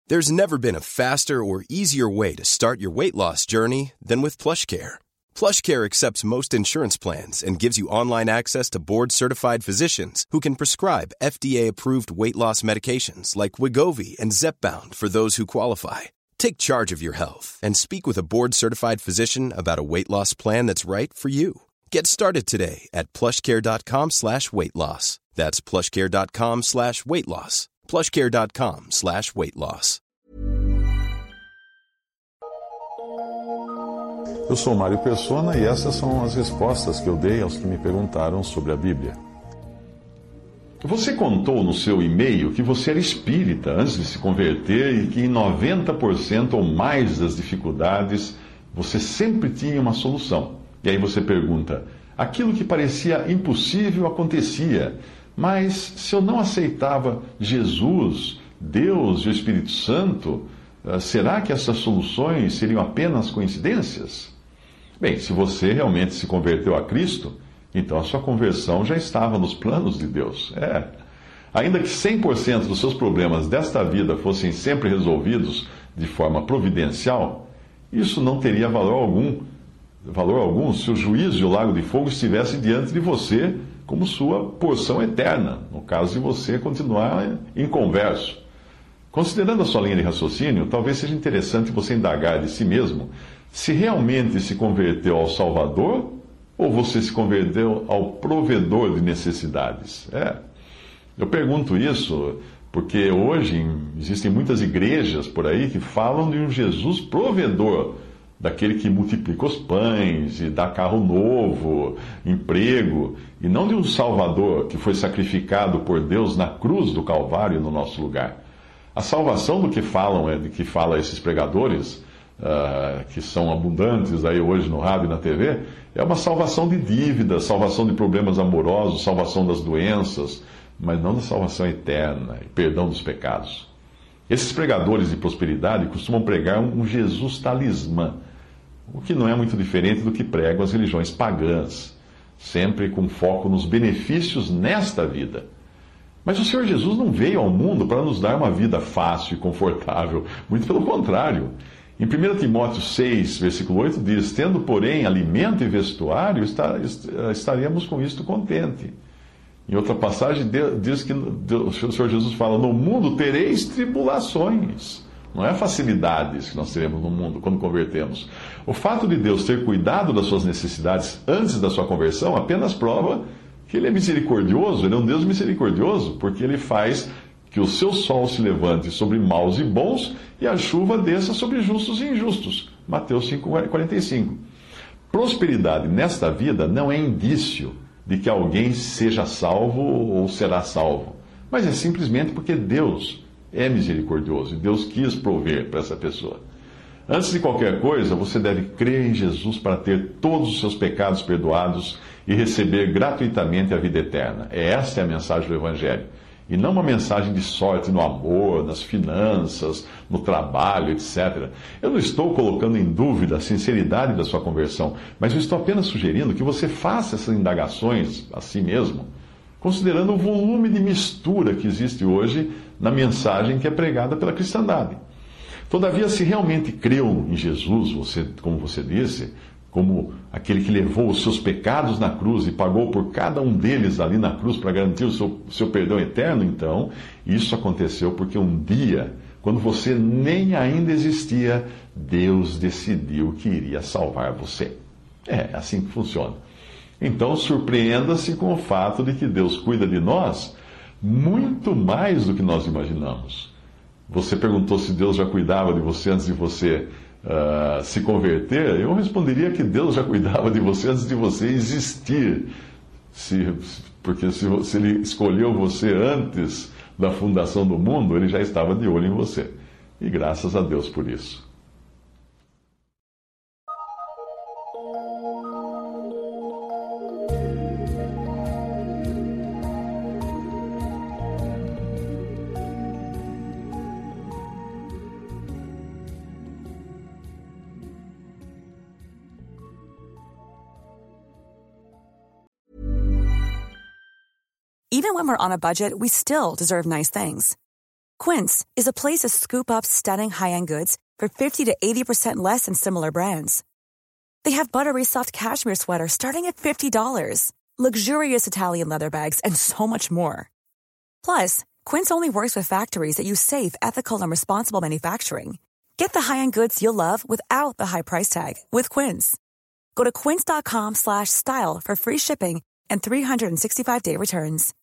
There's never been a faster or easier way to start your weight loss journey than with PlushCare. PlushCare accepts most insurance plans and gives you online access to board-certified physicians who can prescribe FDA-approved weight loss medications like Wegovy and Zepbound for those who qualify. Take charge of your health and speak with a board-certified physician about a weight loss plan that's right for you. Get started today at plushcare.com/weight loss. That's plushcare.com/weight loss. plushcare.com/weight loss. Eu sou Mário Persona e essas são as respostas que eu dei aos que me perguntaram sobre a Bíblia. Você contou no seu e-mail que você era espírita antes de se converter e que em 90% ou mais das dificuldades você sempre tinha uma solução. E aí você pergunta, aquilo que parecia impossível acontecia, mas se eu não aceitava Jesus, Deus e o Espírito Santo, será que essas soluções seriam apenas coincidências? Bem, se você realmente se converteu a Cristo, então a sua conversão já estava nos planos de Deus. Ainda que 100% dos seus problemas desta vida fossem sempre resolvidos de forma providencial, isso não teria valor algum se o juízo e o lago de fogo estivessem diante de você como sua porção eterna, no caso de você continuar inconverso. Considerando a sua linha de raciocínio, talvez seja interessante você indagar de si mesmo se realmente se converteu ao Salvador ou você se converteu ao provedor de necessidades. Eu pergunto isso porque hoje existem muitas igrejas por aí que falam de um Jesus provedor, daquele que multiplica os pães e dá carro novo, emprego, e não de um Salvador que foi sacrificado por Deus na cruz do Calvário no nosso lugar. A salvação de que falam esses pregadores, que são abundantes aí hoje no rádio e na TV, é uma salvação de dívidas, salvação de problemas amorosos, salvação das doenças, mas não da salvação eterna e perdão dos pecados. Esses pregadores de prosperidade costumam pregar um Jesus talismã, o que não é muito diferente do que pregam as religiões pagãs, sempre com foco nos benefícios nesta vida. Mas o Senhor Jesus não veio ao mundo para nos dar uma vida fácil e confortável, muito pelo contrário. Em 1 Timóteo 6, versículo 8 diz, tendo, porém, alimento e vestuário, estaríamos com isto contente. Em outra passagem diz que o Senhor Jesus fala, no mundo tereis tribulações. Não é facilidades que nós teremos no mundo quando convertemos. O fato de Deus ter cuidado das suas necessidades antes da sua conversão apenas prova que Ele é misericordioso, Ele é um Deus misericordioso, porque Ele faz que o seu sol se levante sobre maus e bons e a chuva desça sobre justos e injustos. Mateus 5,45. Prosperidade nesta vida não é indício de que alguém seja salvo ou será salvo, mas é simplesmente porque Deus é misericordioso e Deus quis prover para essa pessoa. Antes de qualquer coisa, você deve crer em Jesus para ter todos os seus pecados perdoados e receber gratuitamente a vida eterna. Esta é a mensagem do Evangelho. E não uma mensagem de sorte no amor, nas finanças, no trabalho, etc. Eu não estou colocando em dúvida a sinceridade da sua conversão, mas eu estou apenas sugerindo que você faça essas indagações a si mesmo, considerando o volume de mistura que existe hoje na mensagem que é pregada pela cristandade. Todavia, se realmente creu em Jesus, como você disse, como aquele que levou os seus pecados na cruz e pagou por cada um deles ali na cruz para garantir o seu perdão eterno, então, isso aconteceu porque um dia, quando você nem ainda existia, Deus decidiu que iria salvar você. É assim que funciona. Então, surpreenda-se com o fato de que Deus cuida de nós muito mais do que nós imaginamos. Você perguntou se Deus já cuidava de você antes de você se converter. Eu responderia que Deus já cuidava de você antes de você existir. Porque se Ele escolheu você antes da fundação do mundo, Ele já estava de olho em você. E graças a Deus por isso. Even when we're on a budget, we still deserve nice things. Quince is a place to scoop up stunning high-end goods for 50 to 80% less than similar brands. They have buttery soft cashmere sweaters starting at $50, luxurious Italian leather bags, and so much more. Plus, Quince only works with factories that use safe, ethical, and responsible manufacturing. Get the high-end goods you'll love without the high price tag with Quince. Go to quince.com/style for free shipping and 365-day returns.